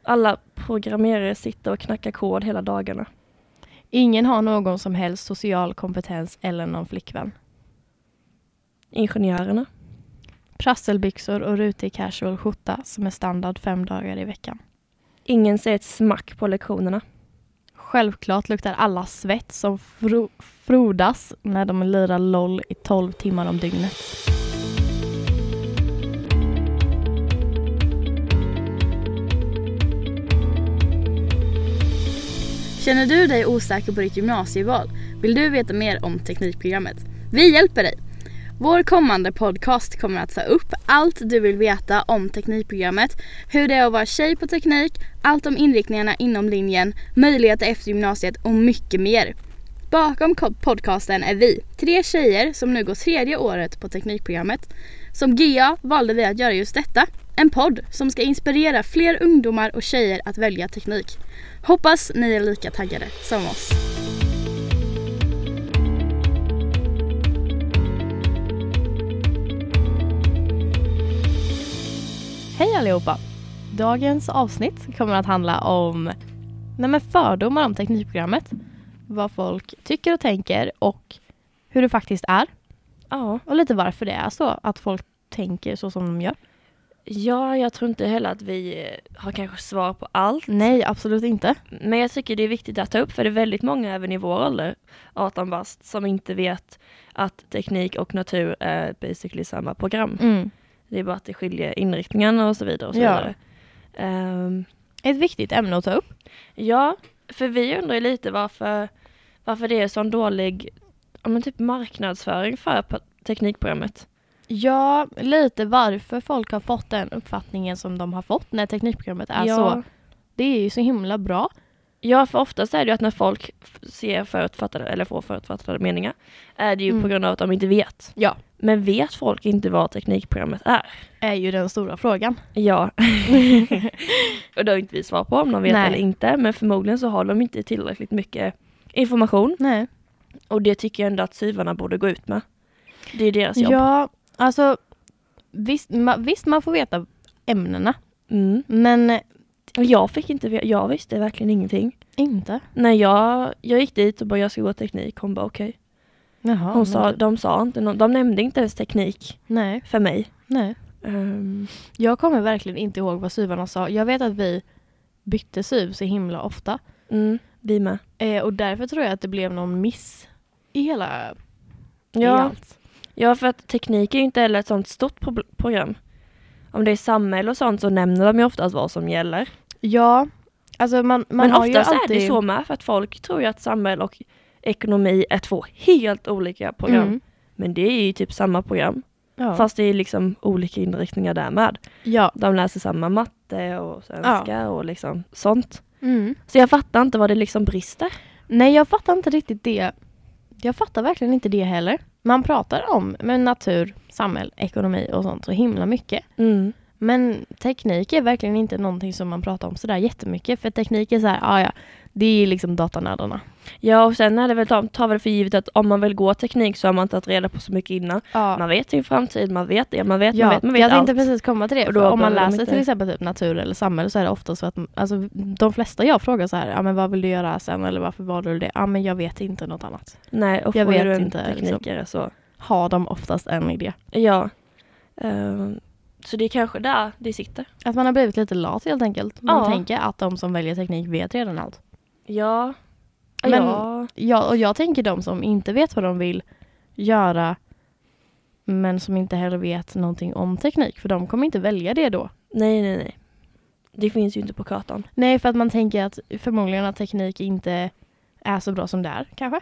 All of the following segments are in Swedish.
Alla programmerare sitter och knackar kod hela dagarna. Ingen har någon som helst social kompetens eller någon flickvän. Ingenjörerna. Prasselbyxor och rutig casual skjorta som är standard 5 dagar i veckan. Ingen säger ett smack på lektionerna. Självklart luktar alla svett som frodas när de lirar LOL i 12 timmar om dygnet. Känner du dig osäker på ditt gymnasieval? Vill du veta mer om teknikprogrammet? Vi hjälper dig! Vår kommande podcast kommer att ta upp allt du vill veta om teknikprogrammet, hur det är att vara tjej på teknik, allt om inriktningarna inom linjen, möjligheter efter gymnasiet och mycket mer. Bakom podcasten är vi, 3 tjejer som nu går 3:e året på teknikprogrammet. Som GA valde vi att göra just detta, en podd som ska inspirera fler ungdomar och tjejer att välja teknik. Hoppas ni är lika taggade som oss. Hej allihopa! Dagens avsnitt kommer att handla om fördomar om teknikprogrammet. Vad folk tycker och tänker och hur det faktiskt är. Ja. Och lite varför det är så att folk tänker så som de gör. Ja, jag tror inte heller att vi har kanske svar på allt. Nej, absolut inte. Men jag tycker det är viktigt att ta upp, för det är väldigt många även i vår ålder, 18 bast, som inte vet att teknik och natur är basically samma program. Mm. Det är bara att det skiljer inriktningarna och så vidare. Och så vidare. Ett viktigt ämne att ta upp. Ja, för vi undrar lite varför det är sån dålig typ marknadsföring för teknikprogrammet. Ja, lite varför folk har fått den uppfattningen som de har fått när teknikprogrammet är så. Det är ju så himla bra. Ja, för oftast är det ju att när folk ser förutfattade eller får förutfattade meningar är det ju på grund av att de inte vet. Ja. Men vet folk inte vad teknikprogrammet är ju den stora frågan. Ja. Och då har inte vi svar på om de vet eller inte. Men förmodligen så har de inte tillräckligt mycket information. Nej. Och det tycker jag ändå att syvarna borde gå ut med. Det är deras jobb. Ja, alltså visst man får veta ämnena. Mm. Men jag visste verkligen ingenting. Inte? När jag gick dit och bara jag ska gå teknik. Hon bara okej. Jaha, de sa inte de nämnde inte ens teknik. Nej. För mig. Nej. Jag kommer verkligen inte ihåg vad syvarna sa. Jag vet att vi bytte syv så himla ofta. Vi med. Och därför tror jag att det blev någon miss i hela i Ja. allt. Ja, för att teknik är ju inte heller ett sånt stort program. Om det är samhälle och sånt så nämner de ju oftast vad som gäller. Ja, alltså man men har ju oftast alltid... är det så med, för att folk tror ju att samhälle och ekonomi är 2 helt olika program. Men det är ju typ samma program. Ja. Fast det är liksom olika inriktningar därmed. Ja. De läser samma matte och svenska och liksom sånt. Mm. Så jag fattar inte vad det liksom brister. Nej, jag fattar inte riktigt det. Jag fattar verkligen inte det heller. Man pratar om natur, samhälle, ekonomi och sånt så himla mycket. Men teknik är verkligen inte någonting som man pratar om sådär jättemycket. För teknik är så här, det är liksom datanördarna. Ja, och sen är det väl, tar väl för givet att om man vill gå teknik så har man tagit reda på så mycket innan. Ja. Man vet sin framtid, man vet det, man vet jag allt. tänkte precis komma till det. Och då om man läser till exempel typ natur eller samhälle så är det ofta så att alltså, de flesta jag frågar så här, men vad vill du göra sen eller varför var du det? Ja, men jag vet inte något annat. Nej, och jag får vet du en inte teknikare liksom, så har de oftast en idé. Ja. Så det är kanske där det sitter. Att man har blivit lite lat helt enkelt. Man tänker att de som väljer teknik vet redan allt. Ja. Men och jag tänker de som inte vet vad de vill göra men som inte heller vet någonting om teknik. För de kommer inte välja det då. Nej. Det finns ju inte på kartan. Nej, för att man tänker att förmodligen att teknik inte är så bra som det är, kanske.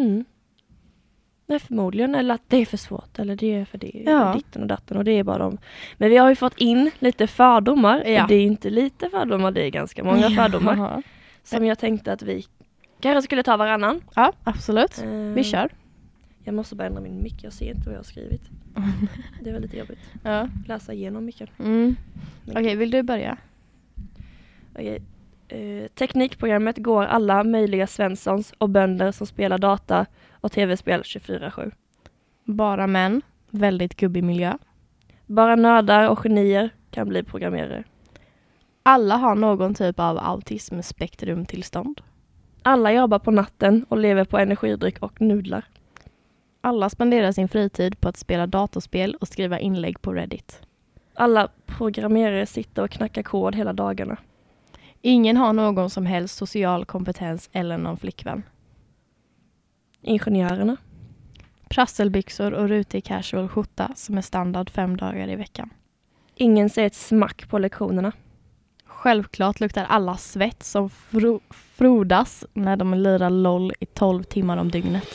Nej, förmodligen. Eller att det är för svårt. Eller det är för det är ditten och datten. Och det är bara dem. Men vi har ju fått in lite fördomar. Ja. Och det är inte lite fördomar. Det är ganska många fördomar. Som jag tänkte att vi kanske skulle ta varannan. Ja, absolut. Vi kör. Jag måste bara ändra min mick. Jag ser inte vad jag har skrivit. Det var lite jobbigt. Ja. Läsa igenom micken. Okej, vill du börja? Okej. Teknikprogrammet går alla möjliga svenssons och bönder som spelar data och tv-spel 24/7. Bara män. Väldigt gubbig miljö. Bara nördar och genier kan bli programmerare. Alla har någon typ av autismspektrumtillstånd. Alla jobbar på natten och lever på energidryck och nudlar. Alla spenderar sin fritid på att spela datorspel och skriva inlägg på Reddit. Alla programmerare sitter och knackar kod hela dagarna. Ingen har någon som helst social kompetens eller någon flickvän. Ingenjörerna. Prasselbyxor och rutig casual skjorta som är standard 5 dagar i veckan. Ingen ser ett smack på lektionerna. Självklart luktar alla svett som frodas när de lirar LOL i 12 timmar om dygnet.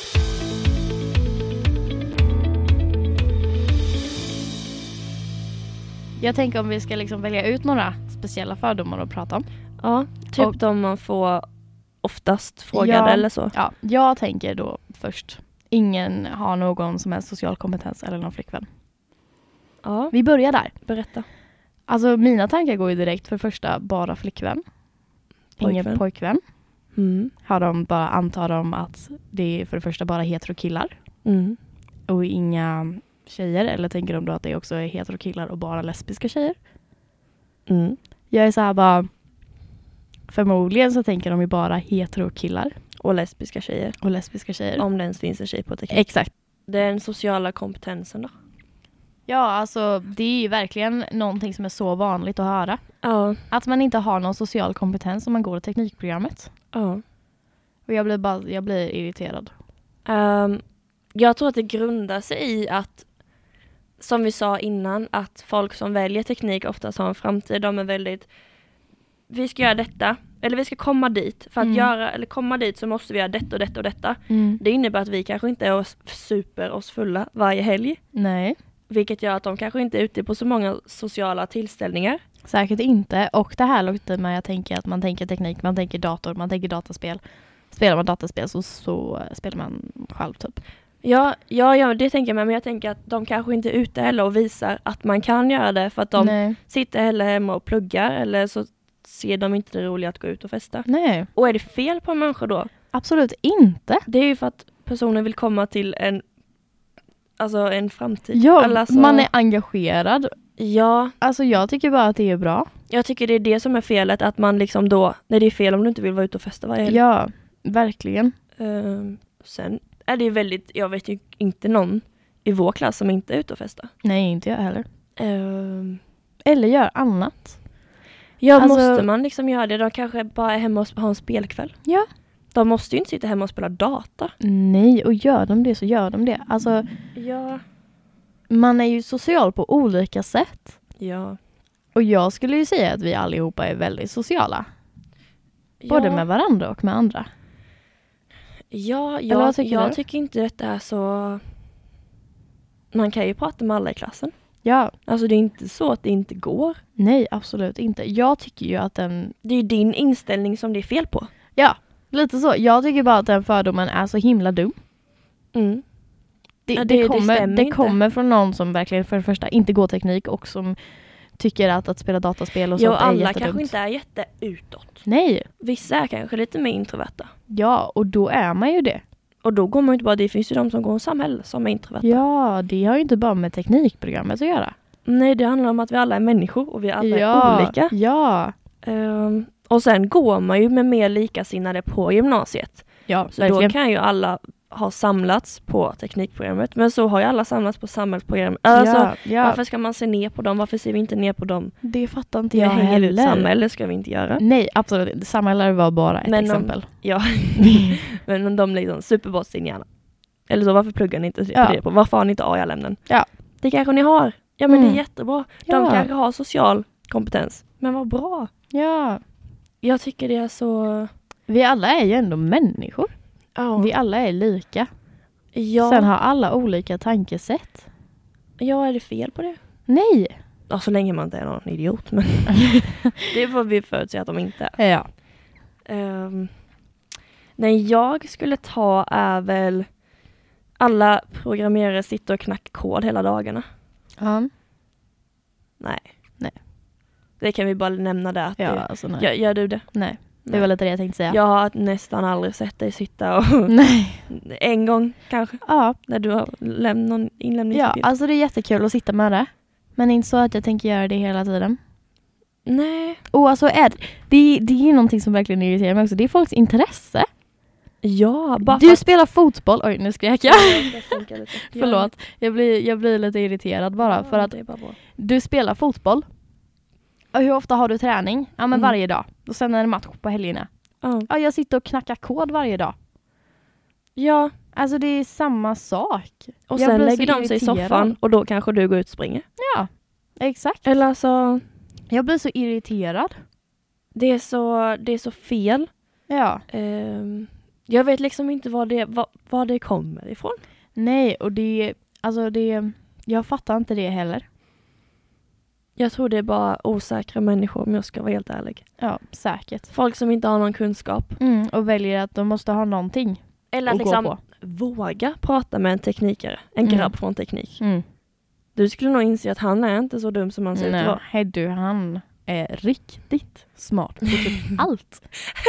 Jag tänker om vi ska liksom välja ut några speciella fördomar att prata om. Ja, typ de man får oftast frågade eller så. Ja, jag tänker då först. Ingen har någon som helst social kompetens eller någon flickvän. Ja. Vi börjar där. Berätta. Alltså mina tankar går ju direkt för första bara flickvän. Ingen pojkvän. Har de bara, antar de att det är för det första bara heterokillar. Och inga tjejer. Eller tänker de då att det också är heterokillar och bara lesbiska tjejer? Jag är så här bara... Förmodligen så tänker de ju bara heterokillar. Och lesbiska tjejer. Om det ens finns en tjej på teknik. Exakt. Det är den sociala kompetensen då. Ja, alltså det är ju verkligen någonting som är så vanligt att höra. Ja. Att man inte har någon social kompetens om man går teknikprogrammet. Ja. Och jag blir irriterad. Jag tror att det grundar sig i att, som vi sa innan, att folk som väljer teknik oftast har en framtid. De är väldigt, vi ska göra detta, eller vi ska komma dit. För att komma dit så måste vi göra detta och detta och detta. Det innebär att vi kanske inte är super oss fulla varje helg. Nej. Vilket gör att de kanske inte är ute på så många sociala tillställningar. Säkert inte. Och det här låter med, jag tänker att man tänker teknik, man tänker dator, man tänker dataspel. Spelar man dataspel så spelar man själv typ. Ja, det tänker jag med. Men jag tänker att de kanske inte är ute heller och visar att man kan göra det. För att de sitter heller hemma och pluggar. Eller så ser de inte det roliga att gå ut och festa. Nej. Och är det fel på människor då? Absolut inte. Det är ju för att personen vill komma till en framtid. Ja, alltså, man är engagerad. Ja. Alltså jag tycker bara att det är bra. Jag tycker det är det som är felet. Att man liksom då, när det är fel om du inte vill vara ute och festa varje helg. Ja, verkligen. Sen är det ju väldigt, jag vet ju inte någon i vår klass som inte är ute och festa. Nej, inte jag heller. Eller gör annat. Ja, alltså, måste man liksom göra det? De kanske bara är hemma och har en spelkväll. Ja. De måste ju inte sitta hemma och spela data. Nej, och gör de det så gör de det. Alltså, ja. Man är ju social på olika sätt. Ja. Och jag skulle ju säga att vi allihopa är väldigt sociala. Både med varandra och med andra. Ja, jag tycker inte detta är så... Man kan ju prata med alla i klassen. Ja. Alltså det är inte så att det inte går. Nej, absolut inte. Jag tycker ju att den... Det är ju din inställning som det är fel på. Ja, lite så. Jag tycker bara att den fördomen är så himla dum. Det kommer från någon som verkligen för det första inte går teknik och som tycker att spela dataspel och sånt är jättedumt. Alla kanske inte är jätteutåt. Nej. Vissa är kanske lite mer introverta. Ja, och då är man ju det. Och då går man ju inte bara, det finns ju de som går i samhälle som är introverta. Ja, det har ju inte bara med teknikprogrammet att göra. Nej, det handlar om att vi alla är människor och vi alla är olika. Ja. Och sen går man ju med mer likasinnade på gymnasiet. Ja, så verkligen. Då kan ju alla ha samlats på teknikprogrammet. Men så har ju alla samlats på samhällsprogrammet. Alltså, varför ska man se ner på dem? Varför ser vi inte ner på dem? Det fattar inte jag heller. Samhälle ska vi inte göra. Nej, absolut inte. Samhälle var bara ett exempel. Men om de liksom superboss sin hjärna. Eller så, varför pluggar ni inte på det? Varför har ni inte A-lämnen? Ja. Det kanske ni har. Ja, men det är jättebra. De kanske har social kompetens. Men vad bra. Ja. Jag tycker det är så... Vi alla är ju ändå människor. Oh. Vi alla är lika. Ja. Sen har alla olika tankesätt. Ja, är det fel på det? Nej. Ja, så länge man inte är någon idiot. Men det får vi förutse att de inte är. Ja. Nej, jag skulle ta är väl alla programmerare sitter och knackar kod hela dagarna. Nej. Det kan vi bara nämna där. Ja, alltså nej. Gör du det? Nej. Det var lite det jag tänkte säga. Jag har nästan aldrig sett dig sitta och... En gång kanske. Ja. När du har lämnat någon inlämningsuppgift. Ja, alltså det är jättekul att sitta med det. Men inte så att jag tänker göra det hela tiden. Nej. Och alltså det är någonting som verkligen irriterar mig också. Det är folks intresse. Ja, bara du spelar fotboll. Oj, nu skrek jag. Förlåt. Jag blir lite irriterad bara för att det är bara bra. Du spelar fotboll. Och hur ofta har du träning? Ja, men varje dag. Och sen är det match på helgerna. Ja, jag sitter och knackar kod varje dag. Ja. Alltså det är samma sak. Och sen lägger de sig i soffan och då kanske du går ut och springer. Ja, exakt. Eller så... Jag blir så irriterad. Det är så fel. Ja. Jag vet liksom inte var det kommer ifrån. Nej, och jag fattar inte det heller. Jag tror det är bara osäkra människor, om jag ska vara helt ärlig. Ja, säkert. Folk som inte har någon kunskap. Och väljer att de måste ha någonting. Eller liksom våga prata med en teknikare. En grabb från teknik. Du skulle nog inse att han är inte så dum som han ser ut att vara. Nej, du, han är riktigt smart på typ allt.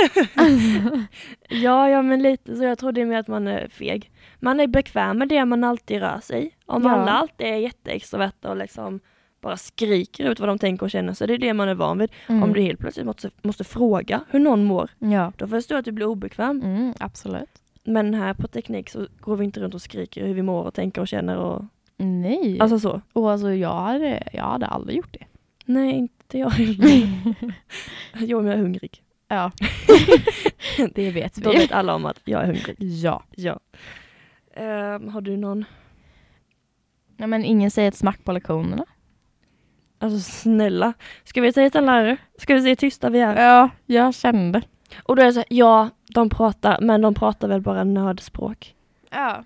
Ja, men lite så. Jag tror det är mer att man är feg. Man är bekväm med det man alltid rör sig. Om alla alltid är jätteextroverta och liksom bara skriker ut vad de tänker och känner, så det är det man är van vid. Om du helt plötsligt måste fråga hur någon mår, då förstår jag att du blir obekväm. Absolut. Men här på teknik så går vi inte runt och skriker hur vi mår och tänker och känner. Och... Nej. Alltså så. Och alltså jag hade aldrig gjort det. Nej, inte jag heller. Jo, men jag är hungrig. Ja. Det vet vi. Då vet alla om att jag är hungrig. Ja. Har du någon? Nej, men ingen säger ett smack på lektionerna. Alltså snälla. Ska vi säga till en lärare? Ska vi se hur tysta vi är? Ja, jag kände. Och då är det så här, ja, de pratar, men de pratar väl bara nördspråk. Ja.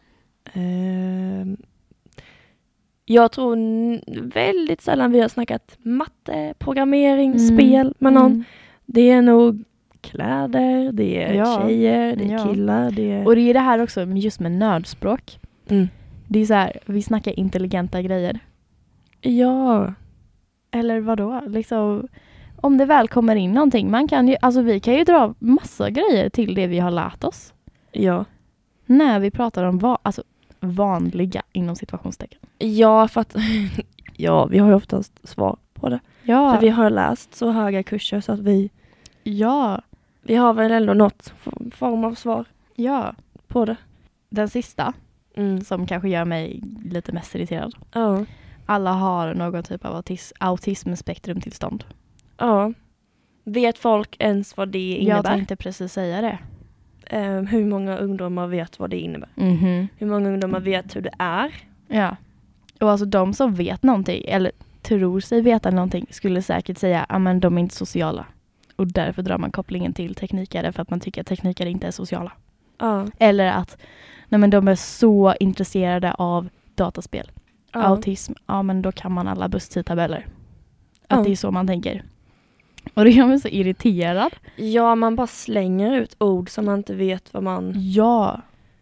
Jag tror väldigt sällan vi har snackat matte, programmering, spel med någon. Det är nog kläder, det är tjejer, det är killar. Och det är det här också just med nördspråk. Det är så här, vi snackar intelligenta grejer. Ja. Eller vadå? Liksom, om det väl kommer in någonting. Vi kan ju dra massa grejer till det vi har lärt oss. Ja. När vi pratar om vanliga inom situationstecken. Ja, för att vi har ju oftast svar på det. Ja. För vi har läst så höga kurser så att vi har väl ändå något form av svar på det. Den sista som kanske gör mig lite mest irriterad. Ja. Alla har någon typ av autismspektrumtillstånd. Ja. Vet folk ens vad det innebär? Jag tänkte precis säga det. Hur många ungdomar vet vad det innebär? Hur många ungdomar vet hur det är? Ja. Och alltså de som vet någonting eller tror sig veta någonting skulle säkert säga att de är inte sociala. Och därför drar man kopplingen till teknikare för att man tycker att teknikare inte är sociala. Eller att de är så intresserade av dataspel. Autism, men då kan man alla busstidtabeller. Att det är så man tänker. Och det gör mig så irriterad. Ja, man bara slänger ut ord som man inte vet vad man... Ja.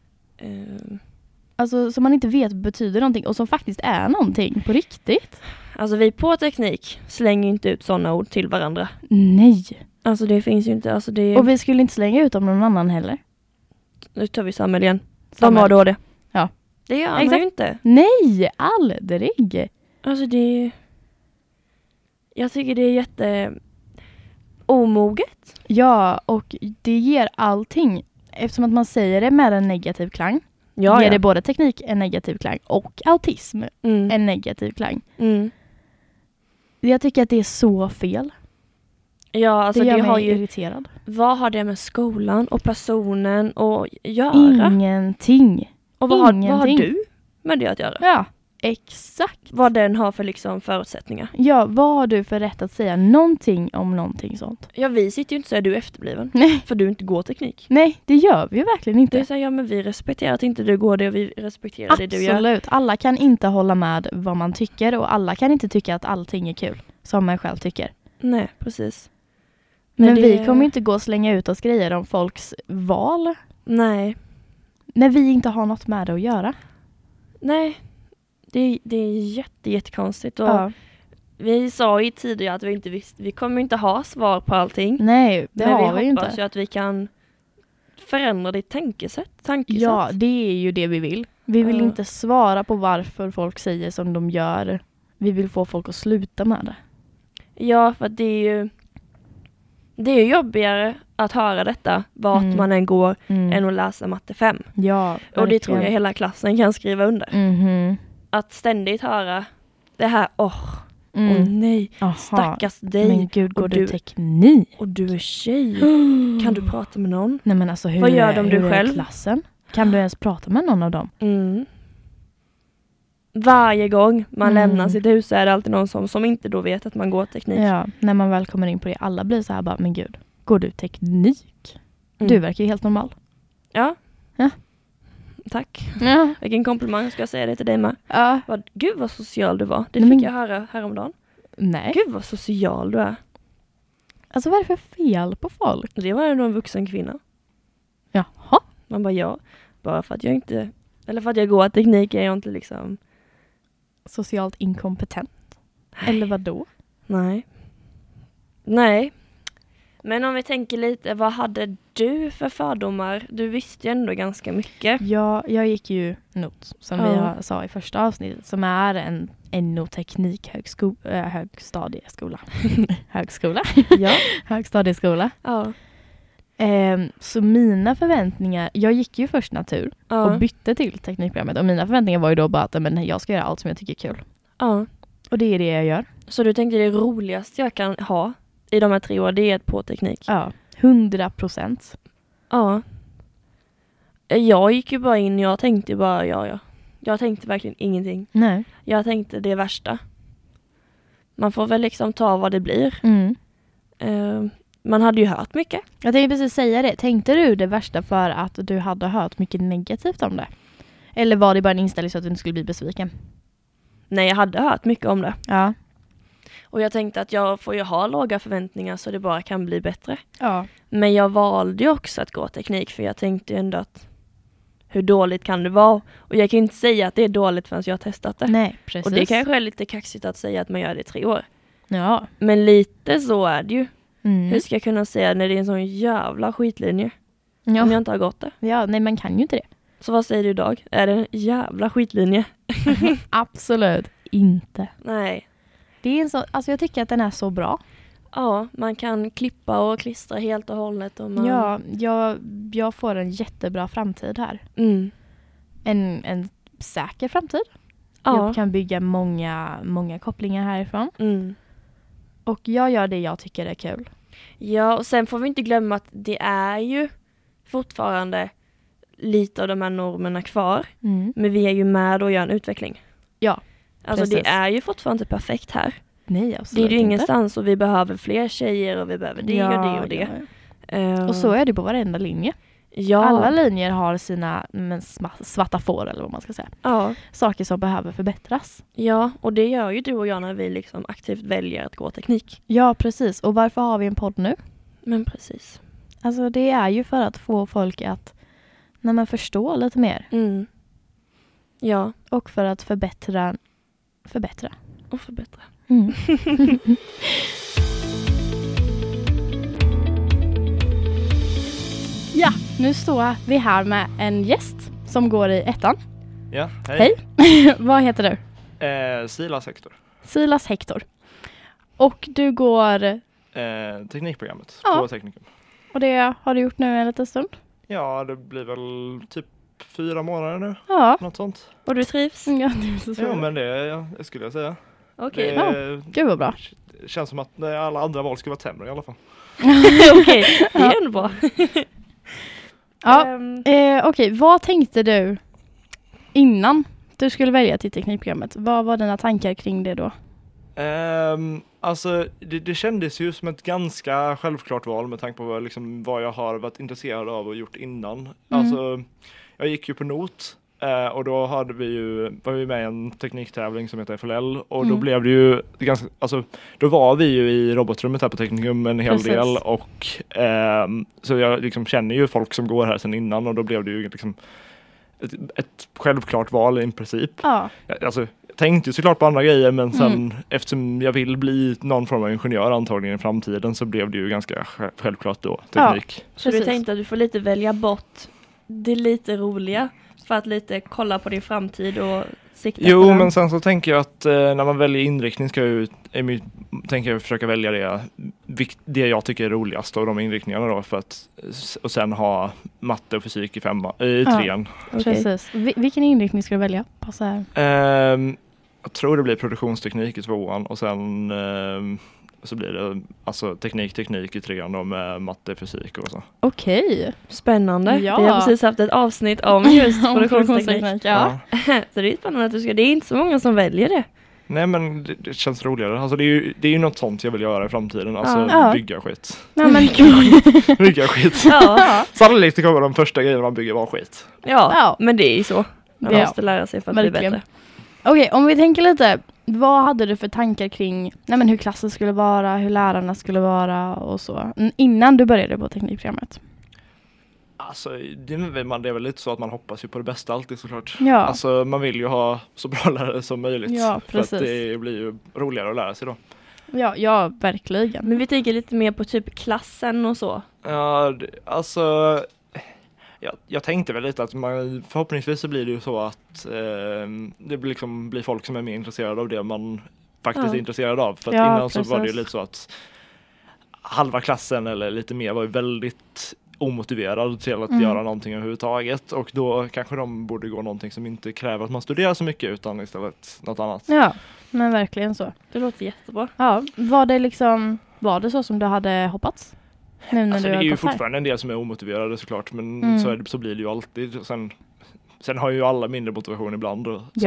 Alltså som man inte vet betyder någonting och som faktiskt är någonting på riktigt. Alltså vi på teknik slänger inte ut sådana ord till varandra. Nej. Alltså det finns ju inte... Alltså det... Och vi skulle inte slänga ut om någon annan heller. Nu tar vi Samuel igen. De har då det. Ja. Det gör man ju inte. Nej, aldrig. Alltså det... Jag tycker det är jätte... omoget. Ja, och det ger allting. Eftersom att man säger det med en negativ klang. Ger det både teknik en negativ klang och autism en negativ klang. Jag tycker att det är så fel. Ja, alltså det gör mig har ju irriterad. Vad har det med skolan och personen att göra? Ingenting. Och vad har du med det att göra? Ja, exakt. Vad den har för liksom förutsättningar. Ja, vad har du för rätt att säga någonting om någonting sånt? Ja, vi sitter ju inte så att du är efterbliven. Nej. För du inte går teknik. Nej, det gör vi ju verkligen inte. Det är så här, men vi respekterar att inte du går det och vi respekterar det du gör. Absolut. Alla kan inte hålla med vad man tycker och alla kan inte tycka att allting är kul som man själv tycker. Nej, precis. Men vi kommer inte gå och slänga ut oss grejer om folks val. Nej. När vi inte har något med det att göra. Nej. Det är jättekonstigt. Och vi sa ju tidigare att vi inte visste. Vi kommer inte ha svar på allting. Nej, det har vi ju inte. Men vi hoppas ju att vi kan förändra ditt tankesätt. Ja, det är ju det vi vill. Vi vill inte svara på varför folk säger som de gör. Vi vill få folk att sluta med det. Ja, för det är ju jobbigare att höra detta vart man än går än att läsa matte 5. Ja, verkligen. Och det tror jag hela klassen kan skriva under. Mm-hmm. Att ständigt höra det här, nej, stackars dig. Men gud, går du teknik? Och du är tjej. Kan du prata med någon? Nej, men alltså, vad gör de du själv? Klassen? Kan du ens prata med någon av dem? Varje gång man lämnar sitt hus är det alltid någon som inte då vet att man går teknik. Ja, när man väl kommer in på det. Alla blir så här bara, men gud, går du teknik? Du verkar ju helt normal. Ja. Tack. Ja. Vilken komplimang, ska jag säga det till dig med. Ja. Gud vad social du var. Det fick jag höra häromdagen. Nej. Gud vad social du är. Alltså vad är det för fel på folk? Det var ändå en vuxen kvinna. Jaha. Man bara bara för att jag inte, eller för att jag går teknik är jag inte liksom socialt inkompetent. Eller vad då? Nej. Men om vi tänker lite, vad hade du för fördomar? Du visste ju ändå ganska mycket. Ja, jag gick ju NOT, som vi sa i första avsnittet, som är en NO-teknik-högstadieskola. Högskola? Ja. Högstadieskola. Ja. Så mina förväntningar, jag gick ju först natur och bytte till teknikprogrammet. Och mina förväntningar var ju då bara att jag ska göra allt som jag tycker är kul. Ja. Och det är det jag gör. Så du tänkte det roligaste jag kan ha i de här 3 åren, det är på teknik? Ja, 100%. Ja. Jag gick ju bara in, jag tänkte bara Jag tänkte verkligen ingenting. Nej. Jag tänkte det värsta. Man får väl liksom ta vad det blir. Man hade ju hört mycket. Jag tänkte precis säga det. Tänkte du det värsta för att du hade hört mycket negativt om det? Eller var det bara en inställning så att du inte skulle bli besviken? Nej, jag hade hört mycket om det. Ja. Och jag tänkte att jag får ju ha låga förväntningar så det bara kan bli bättre. Ja. Men jag valde ju också att gå teknik för jag tänkte ändå att hur dåligt kan det vara? Och jag kan inte säga att det är dåligt förrän jag har testat det. Nej, precis. Och det kanske är lite kaxigt att säga att man gör det i 3 år. Ja. Men lite så är det ju. Hur ska jag kunna säga när det är en sån jävla skitlinje? Ja. Om jag inte har gått det. Ja, nej man kan ju inte det. Så vad säger du idag? Är det en jävla skitlinje? Absolut inte. Nej. Det är en så, alltså jag tycker att den är så bra. Ja, man kan klippa och klistra helt och hållet. Och man... Ja, jag får en jättebra framtid här. En säker framtid. Ja. Jag kan bygga många kopplingar härifrån. Och jag gör det jag tycker är kul. Ja, och sen får vi inte glömma att det är ju fortfarande lite av de här normerna kvar. Men vi är ju med och gör en utveckling. Ja, alltså precis. Det är ju fortfarande inte perfekt här. Nej, absolut. Det är ju ingenstans och vi behöver fler tjejer och vi behöver det och det och det. Ja. Och så är det på varenda linje. Ja. Alla linjer har sina svarta får eller vad man ska säga. Ja. Saker som behöver förbättras. Ja, och det gör ju du och jag när vi liksom aktivt väljer att gå teknik. Ja, precis. Och varför har vi en podd nu? Men precis. Alltså det är ju för att få folk att förstå lite mer. Ja. Och för att förbättra. Och förbättra. Ja, nu står vi här med en gäst som går i 1:an. Ja, hej. Vad heter du? Silas Hector. Silas Hector. Och du går... teknikprogrammet på Teknikum. Och det har du gjort nu en liten stund? Ja, det blir väl typ 4 månader nu. Ja. Något sånt. Och du trivs? Ja, det ja men det skulle jag säga. Okej, gud vad bra. Det känns som att alla andra val skulle vara sämre i alla fall. Okej, det är ändå bra. Ja, okej. Vad tänkte du innan du skulle välja till teknikprogrammet? Vad var dina tankar kring det då? Alltså det kändes ju som ett ganska självklart val med tanke på liksom, vad jag har varit intresserad av och gjort innan. Alltså, jag gick ju på NOT och då var vi med i en tekniktävling som heter FLL och då blev det ju ganska, alltså då var vi ju i robotrummet här på Teknikum en hel del och så jag liksom känner ju folk som går här sedan innan och då blev det ju liksom ett självklart val i princip. Ja. Alltså, jag tänkte ju såklart på andra grejer men sen eftersom jag vill bli någon form av ingenjör antagligen i framtiden så blev det ju ganska självklart då, teknik. Ja, så du tänkte att du får lite välja bort det lite roliga för att lite kolla på din framtid och sikta Jo, på den? men sen så tänker jag att när man väljer inriktning tänker jag försöka välja det jag tycker är roligast av de inriktningarna då, och sen ha matte och fysik i trean. Okay. Precis. Vilken inriktning ska du välja? Passa här. Jag tror det blir produktionsteknik i 2:an och sen så blir det alltså teknik i 3:an då med matte, fysik och så. Okej. Spännande. Ja. Vi har precis haft ett avsnitt om just produktionsteknik. Ja. Så det är spännande att det är inte så många som väljer det. Nej, men det känns roligare. Alltså det är ju något sånt jag vill göra i framtiden. Alltså bygga skit. Ja, men bygga skit. Ja. Sannolikt kommer de första grejerna man bygger vara skit. Ja, men det är ju så. Man måste lära sig för att bli bättre. Okej, om vi tänker lite. Vad hade du för tankar kring hur klassen skulle vara, hur lärarna skulle vara och så? Innan du började på teknikprogrammet. Alltså, det är väl lite så att man hoppas ju på det bästa alltid såklart. Ja. Alltså, man vill ju ha så bra lärare som möjligt. Ja, precis. För att det blir ju roligare att lära sig då. Ja, verkligen. Men vi tänker lite mer på typ klassen och så. Ja, alltså... Jag tänkte väl lite att förhoppningsvis så blir det ju så att det blir folk som är mer intresserade av det man faktiskt är intresserad av. För att innan så var det ju lite så att halva klassen eller lite mer var ju väldigt omotiverad till att göra någonting överhuvudtaget. Och då kanske de borde gå någonting som inte kräver att man studerar så mycket utan istället något annat. Ja, men verkligen så. Det låter jättebra. Ja, var det så som du hade hoppats? Alltså det är ju fortfarande en del som är omotiverade såklart, men så blir det ju alltid. Sen har ju alla mindre motivation ibland.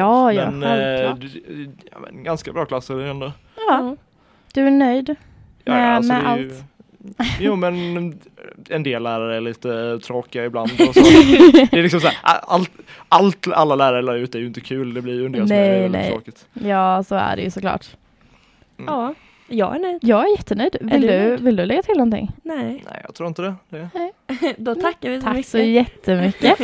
Men ganska bra klasser ändå. Ja, du är nöjd med allt? Jo, men en del lärare är lite tråkiga ibland. Och så. Det är liksom så här, alla lärare lär ut är ju inte kul, det blir ju en del som är väldigt tråkigt. Ja, så är det ju såklart. Ja. Jag är nöjd. Jag är jättenöjd. Vill du lägga till någonting? Nej, jag tror inte det. Nej. Då tackar vi så mycket. Tack så jättemycket.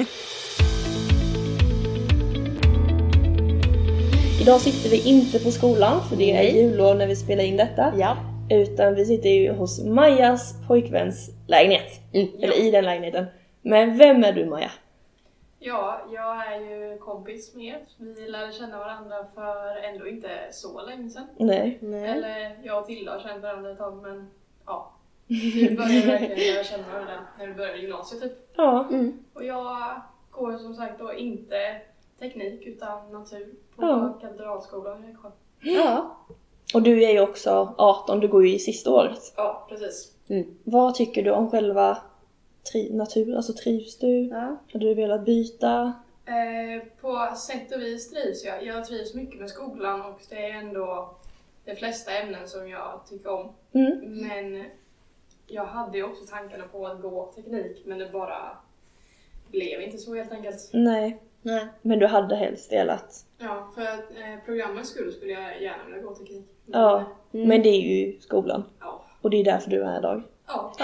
Idag sitter vi inte på skolan för det är jullov när vi spelar in detta. Ja. Utan vi sitter ju hos Majas pojkväns lägenhet. Eller i den lägenheten. Men vem är du, Maja? Ja, jag är ju kompis med. Vi lärde känna varandra för ändå inte så länge sedan. Nej. Eller jag och Tilda har känt varandra ett tag, men ja. Vi började verkligen lära känna varandra när vi började gymnasiet typ. Ja. Och jag går som sagt då inte teknik utan natur på Katedralskolan i Växjö. Ja. Och du är ju också 18, du går ju i sista året. Ja, precis. Vad tycker du om själva natur? Alltså trivs du? Ja. Hade du velat byta? På sätt och vis trivs jag. Jag trivs mycket med skolan och det är ändå de flesta ämnen som jag tycker om. Men jag hade ju också tankarna på att gå teknik, men det bara blev inte så helt enkelt. Nej. Men du hade helst velat? Ja, för programmens skull skulle jag gärna vilja gå teknik. Men det är ju skolan. Ja. Och det är därför du är här idag. Ja.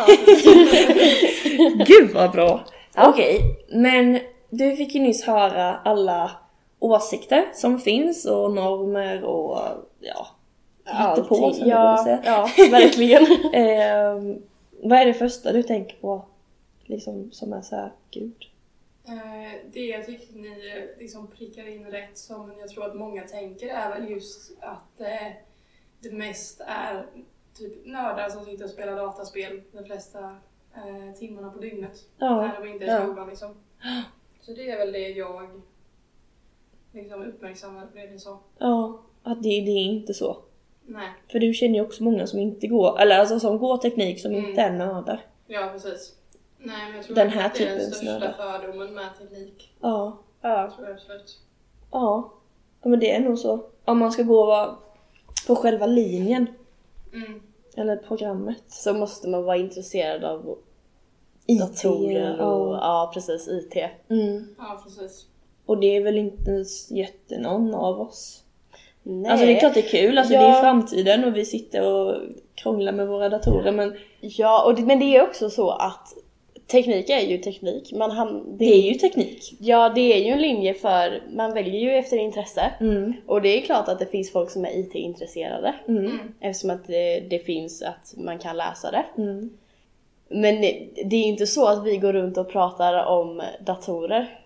Gud vad bra. Okej, men du fick ju nyss höra alla åsikter som finns och normer och allting. Ja, verkligen. Vad är det första du tänker på liksom, som är så här, gud? Det jag tycker ni liksom prickar in rätt som jag tror att många tänker är väl just att det mest är typ nördar som sitter och spelar dataspel de flesta timmarna på dygnet. När de inte är i skolan liksom. Så det är väl det jag liksom uppmärksammar på det ni sa. Ja, att det är inte så. Nej. För du känner ju också många som inte går, eller alltså som går teknik som inte är nördar. Ja, precis. Nej, men jag tror den här att det är den typen största fördomen med teknik. Ja. Tror jag absolut. Ja, men det är nog så. Om man ska gå på själva linjen. Eller programmet. Så måste man vara intresserad av IT, datorer och precis IT. Ja, precis. Och det är väl inte jättenågon av oss. Nej. Alltså det är klart det är kul, alltså det är framtiden och vi sitter och krånglar med våra datorer men... Ja, men det är också så att teknik är ju teknik. Det är ju teknik. Ja, det är ju en linje för... Man väljer ju efter intresse. Och det är klart att det finns folk som är IT-intresserade. Eftersom att det finns att man kan läsa det. Men det är ju inte så att vi går runt och pratar om datorer.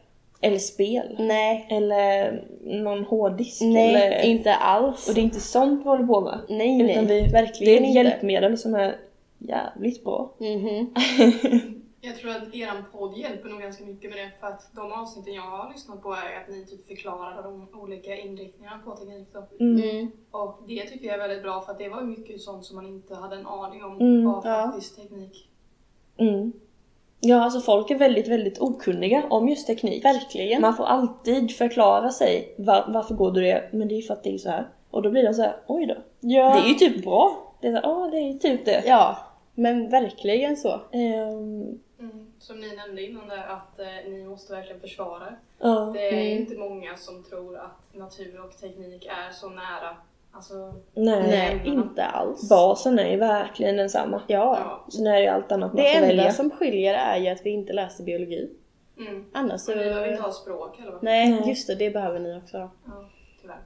eller spel. Nej. Eller någon hårddisk. Nej, eller... inte alls. Och det är inte sånt vi håller på med. Nej, utan verkligen det är ett hjälpmedel som är jävligt bra. Jag tror att eran podd hjälper nog ganska mycket med det, för att de avsnitten jag har lyssnat på är att ni typ förklarar de olika inriktningarna på teknik då. Och det tycker jag är väldigt bra, för att det var mycket sånt som man inte hade en aning om vad faktiskt teknik. Ja, alltså folk är väldigt, väldigt okunniga om just teknik. Verkligen. Man får alltid förklara sig varför går du det, men det är för att det är så här. Och då blir det så här, oj då. Ja. Det är ju typ bra. Det är så här, det är typ det. Ja, men verkligen så. Som ni nämnde innan där, att ni måste verkligen försvara. Det är inte många som tror att natur och teknik är så nära. Alltså, nej, inte alls. Basen är ju verkligen densamma. Ja. Så är det allt annat man det får välja. Det enda som skiljer är ju att vi inte läser biologi. Annars så... Men ni behöver inte ha språk eller vad? Nej, just det behöver ni också. Ja, tyvärr.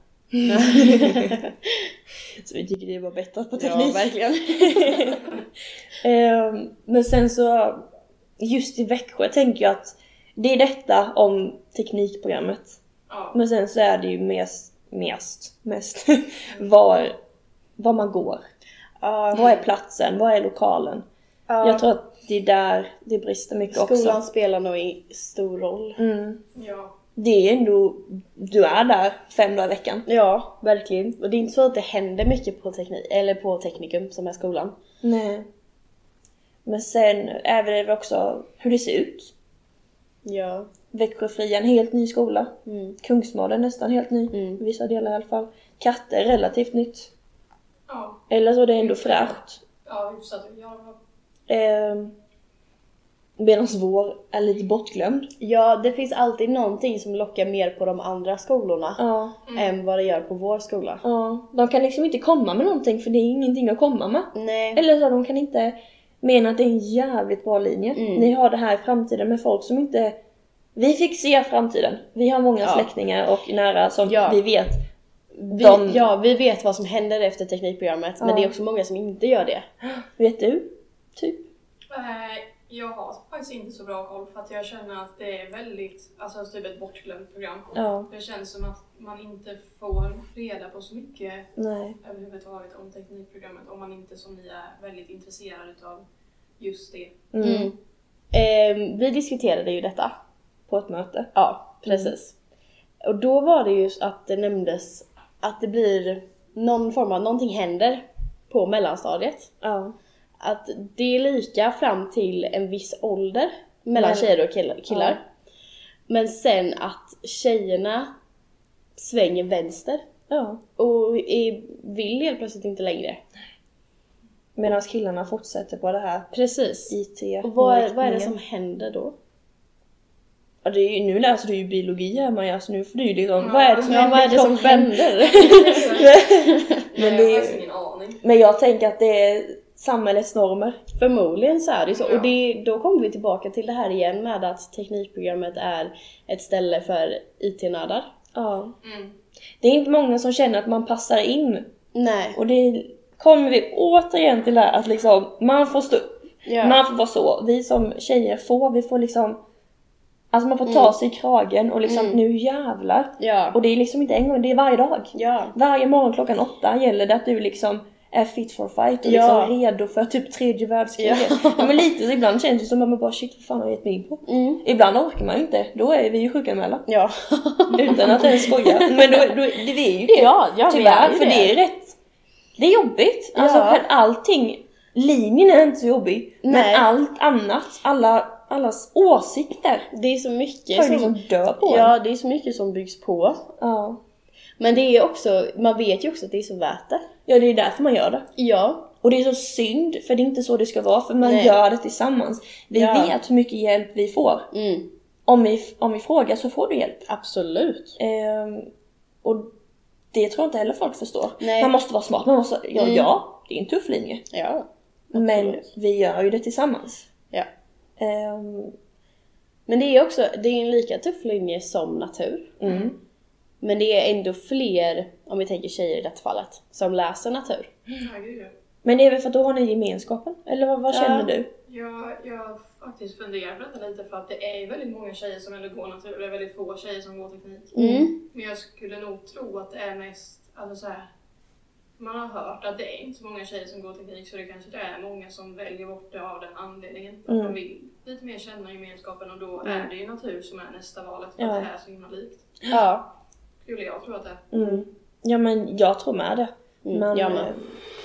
Så vi tycker det är bara bättre på teknik. Ja, verkligen. Men sen så, just i Växjö tänker jag att det är detta om teknikprogrammet. Men sen så är det ju mest var man går. Vad är platsen? Vad är lokalen? Jag tror att det är där det brister mycket också. Skolan spelar nog stor roll. Ja. Det är ändå, du är där 5 dagar i veckan. Ja, verkligen. Och det är inte så att det händer mycket på teknik eller på teknikum som är skolan. Nej. Men sen är det också hur det ser ut. Ja. Växjöfria, en helt ny skola. Kungsmården nästan helt ny. Vissa delar i alla fall. Katter relativt nytt. Ja. Eller så är det ändå fräscht. Ja, hyfsat. Medan vår är lite bortglömd. Ja, det finns alltid någonting som lockar mer på de andra skolorna än vad det gör på vår skola. Ja, de kan liksom inte komma med någonting för det är ingenting att komma med. Nej. Eller så de kan inte mena att det är en jävligt bra linje. Ni har det här i framtiden med folk som inte... Vi fick se framtiden. Vi har många släktingar och nära som vi vet. Vi vet vad som händer efter teknikprogrammet. Men det är också många som inte gör det. Vet du? Typ. Jag har faktiskt inte så bra koll, för att jag känner att det är väldigt, alltså typ ett bortglömt program. Det känns som att man inte får reda på så mycket överhuvudtaget om teknikprogrammet om man inte som ni är väldigt intresserad av just det. Vi diskuterade ju detta på ett möte. Ja, precis. Och då var det just att det nämndes att det blir någon form av, någonting händer på mellanstadiet. Att det är lika fram till en viss ålder mellan tjejer och killar. Men sen att tjejerna svänger vänster. Och vill helt plötsligt inte längre. Medan killarna fortsätter på det här. Precis. IT. Och vad är det som händer då? Ja, det är ju, nu läser du ju biologi här Maja, så nu får du ju liksom, vad är det som händer? Vad är det som händer? Men jag har faktiskt ingen aning. Men jag tänker att det är samhällets normer. Förmodligen så är det så. Och då kommer vi tillbaka till det här igen med att teknikprogrammet är ett ställe för IT-nördar. Det är inte många som känner att man passar in. Nej. Och det kommer vi återigen till det här att liksom, man får stå upp. Man får vara så. Vi som tjejer vi får liksom, alltså man får ta sig i kragen och liksom, nu jävlar. Och det är liksom inte en gång, det är varje dag. Varje morgon klockan 8 gäller det att du liksom är fit for fight och liksom redo för typ 3:e världskriget. Men lite så ibland känns det som att man bara shit, vad fan har jag gett mig in på? Ibland orkar man ju inte. Då är vi ju sjukanmälda. Utan att ens skoja. Men då det är ju det. Tyvärr, för det är rätt. Det är jobbigt. Alltså allting, linjen är inte så jobbig. Men allt annat, allas åsikter. Det är så mycket som liksom dör på. Ja, det är så mycket som byggs på. Men det är också, man vet ju också att det är så värt det. Ja, det är därför man gör det. Ja. Och det är så synd, för det är inte så det ska vara. För man gör det tillsammans. Vi vet hur mycket hjälp vi får. Om vi frågar så får du hjälp. Absolut. Och det tror jag inte heller folk förstår. Nej. Man måste vara smart. Man måste, det är en tuff linje. Ja. Men vi gör ju det tillsammans. Ja. Men det är en lika tuff linje som natur. Men det är ändå fler, om vi tänker tjejer i detta fallet, som läser natur. Men det är väl för att då har ni gemenskapen? Eller vad känner du? Jag har faktiskt funderat på detta lite för att det är väldigt många tjejer som ändå går natur. Det är väldigt få tjejer som går teknik. Men jag skulle nog tro att det är mest, alltså så här, man har hört att det är inte så många tjejer som går teknik, så det kanske det är många som väljer bort det av den anledningen. För att de vill lite mer känna gemenskapen, och då är det ju natur som är nästa valet, för att det är så himla likt. Ja. Skulle jag tro att det är. Ja, men jag tror med det. Men, jag med.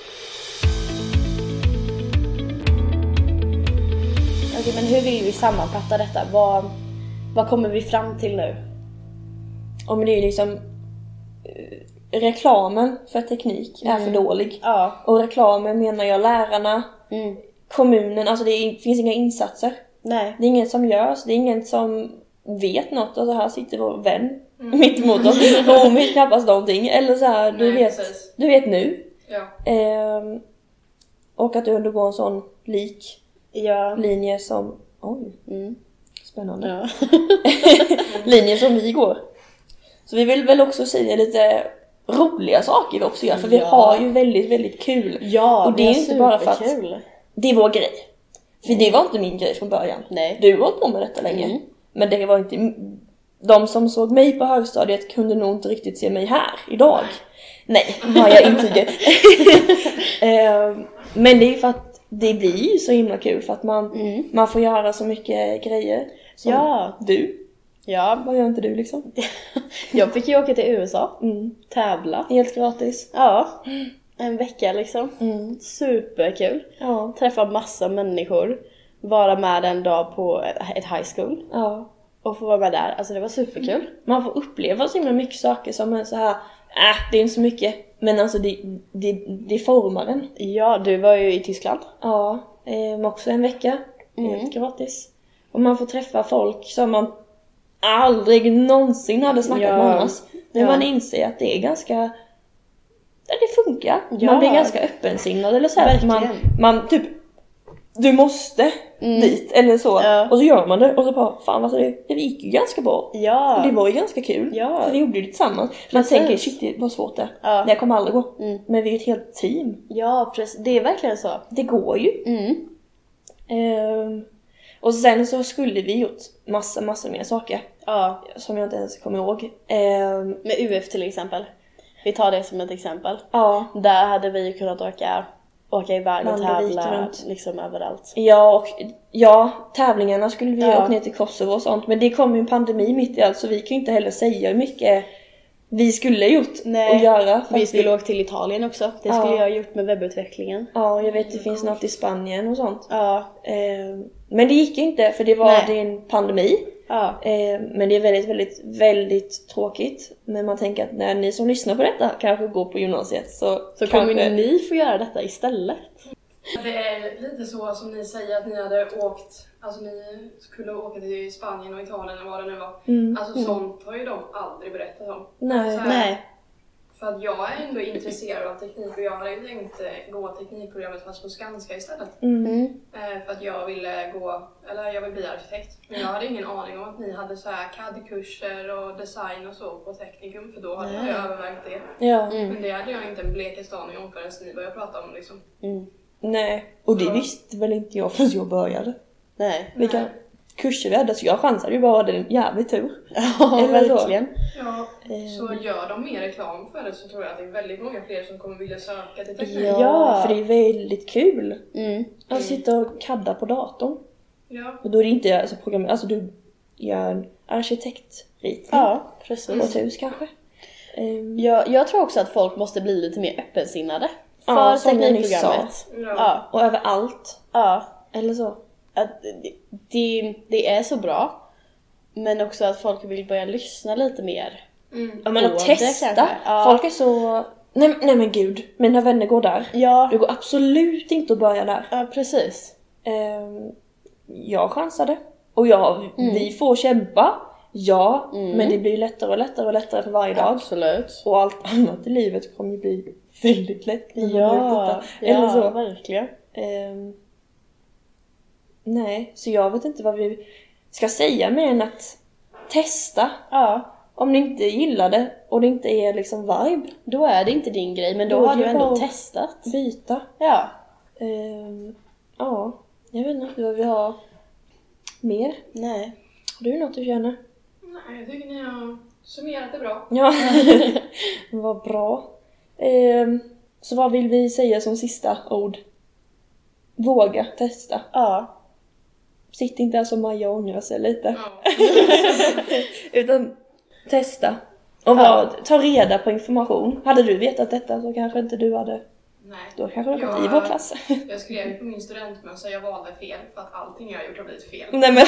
Okej, men hur vill vi sammanfatta detta? Vad kommer vi fram till nu? Ja, men det är ju liksom reklamen för teknik är för dålig. Ja. Och reklamen menar jag lärarna, kommunen, alltså det finns inga insatser. Nej. Det är ingen som görs, det är ingen som vet något. Alltså här sitter vår vän mitt emot oss och hon vet knappast någonting. Eller så här, du vet nu. Ja. Och att du undergår en sån linje som, spännande. Ja. Linje som vi går. Så vi vill väl också säga lite roliga saker vi också gör, för vi har ju väldigt, väldigt kul. Ja, och det är inte bara för att kul. Det är vår grej. För det var inte min grej från början. Nej. Du har hållit på med detta länge. Men det var inte... De som såg mig på högstadiet kunde nog inte riktigt se mig här idag. Nej, har jag intyger. Men det är för att det blir ju så himla kul, för att man får göra så mycket grejer. Som du. Ja. Vad gör inte du liksom? Jag fick ju åka till USA. Tävla. Helt gratis. Ja. En vecka liksom. Superkul. Ja. Träffa massa människor. Vara med en dag på ett high school. Ja. Och få vara med där. Alltså det var superkul. Man får uppleva så himla mycket saker som är så här. Det är inte så mycket. Men alltså det formar en. Ja, du var ju i Tyskland. Ja, också en vecka. Helt gratis. Och man får träffa folk som man aldrig någonsin hade snackat med annars. Men man inser att det är ganska... Det funkar. Man blir ganska öppensinnad eller så här. Man typ... Du måste dit eller så. Och så gör man det. Och så bara, fan alltså det gick ju ganska bra. Ja. Och det var ju ganska kul. Ja. För vi gjorde det tillsammans. Man tänker, shit det var svårt det. Det här kommer aldrig gå. Men vi är ett helt team. Ja, precis. Det är verkligen så. Det går ju. Och sen så skulle vi gjort massa mer saker. Ja. Som jag inte ens kommer ihåg. Med UF till exempel. Vi tar det som ett exempel. Ja. Där hade vi ju kunnat åka iväg och tävla liksom överallt. Ja, tävlingarna skulle vi åka ner till Kosovo och sånt. Men det kom ju en pandemi mitt i allt, så vi kan ju inte heller säga hur mycket vi skulle gjort och göra. Vi skulle åka till Italien också. Det skulle jag ha gjort med webbutvecklingen. Ja, jag vet det finns något i Spanien och sånt. Ja. Men det gick ju inte, för det var en pandemi. Ja. Men det är väldigt, väldigt, väldigt tråkigt. Men man tänker att när ni som lyssnar på detta kanske går på gymnasiet så kommer ni få göra detta istället. Det är lite så som ni säger, att ni hade åkt, alltså ni skulle åka till Spanien och Italien eller vad det nu var. Alltså sånt har ju de aldrig berättat om. Nej. För att jag är ändå intresserad av teknik, och jag hade ju tänkt gå teknikprogrammet fast på Skanska istället. För att jag vill bli arkitekt. Men jag hade ingen aning om att ni hade så här CAD-kurser och design och så på teknikum, för då hade jag övervägt det. Ja. Men det hade jag inte en blekast aning om förrän ni började prata om liksom. Nej, och det visste väl inte jag förrän jag började. Nej. Vilka kurser vi hade, så jag chansade ju bara, en jävligt tur. Ja, verkligen. Ja, så gör de mer reklam för det, så tror jag att det är väldigt många fler som kommer vilja söka till teknik. Ja, för det är väldigt kul. Att sitta och kadda på datorn. Ja. Och då är det inte alltså program, alltså du gör en arkitektritning. Ja, precis. På ett hus kanske. Jag tror också att folk måste bli lite mer öppensinnade för teknikprogrammet. Ja. Och överallt. Ja. Eller så. Att det är så bra, men också att folk vill börja lyssna lite mer. Ja, men att testa. Folk är så... Nej men gud, mina vänner går där. Ja. Du går absolut inte att börja där. Ja, precis. Jag chansade. Och vi får kämpa. Ja, men det blir lättare och lättare och lättare för varje dag. Absolut. Och allt annat i livet kommer ju bli väldigt lätt. Ja, eller så. Verkligen. Nej, så jag vet inte vad vi ska säga mer än att testa. Ja. Om ni inte gillar det och det inte är liksom vibe, då är det inte din grej, men då har du ändå testat. Byta. Ja. Ja, jag vet inte vad vi har mer. Nej. Har du något du känner? Nej, jag tycker ni har summerat det bra. Ja, vad bra. Så vad vill vi säga som sista ord? Våga testa. Ja. Sitt inte där som Maja och ångra sig lite. Ja. Utan testa. Och ta reda på information. Hade du vetat detta så kanske inte du hade... Nej. Då kanske du gått i vår klass. Jag skrev på min studentmössa jag valde fel för att allting jag har gjort har blivit fel. Nej men...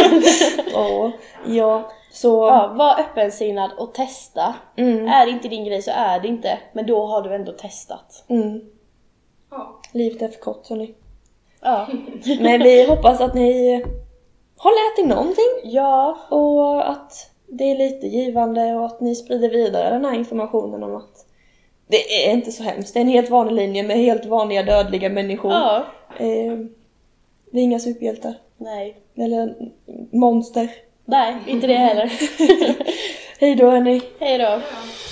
ja, så... Ja, var öppensinnad och testa. Är det inte din grej så är det inte. Men då har du ändå testat. Ja. Livet är för kort, hörni. Ja. Men vi hoppas att ni har lärt er någonting. Ja. Och att det är lite givande och att ni sprider vidare den här informationen om att det är inte så hemskt. Det är en helt vanlig linje med helt vanliga dödliga människor. Ja. Vi är inga superhjältar. Nej. Eller monster. Nej, inte det heller. Hej då, hörni. Hej då. Ja.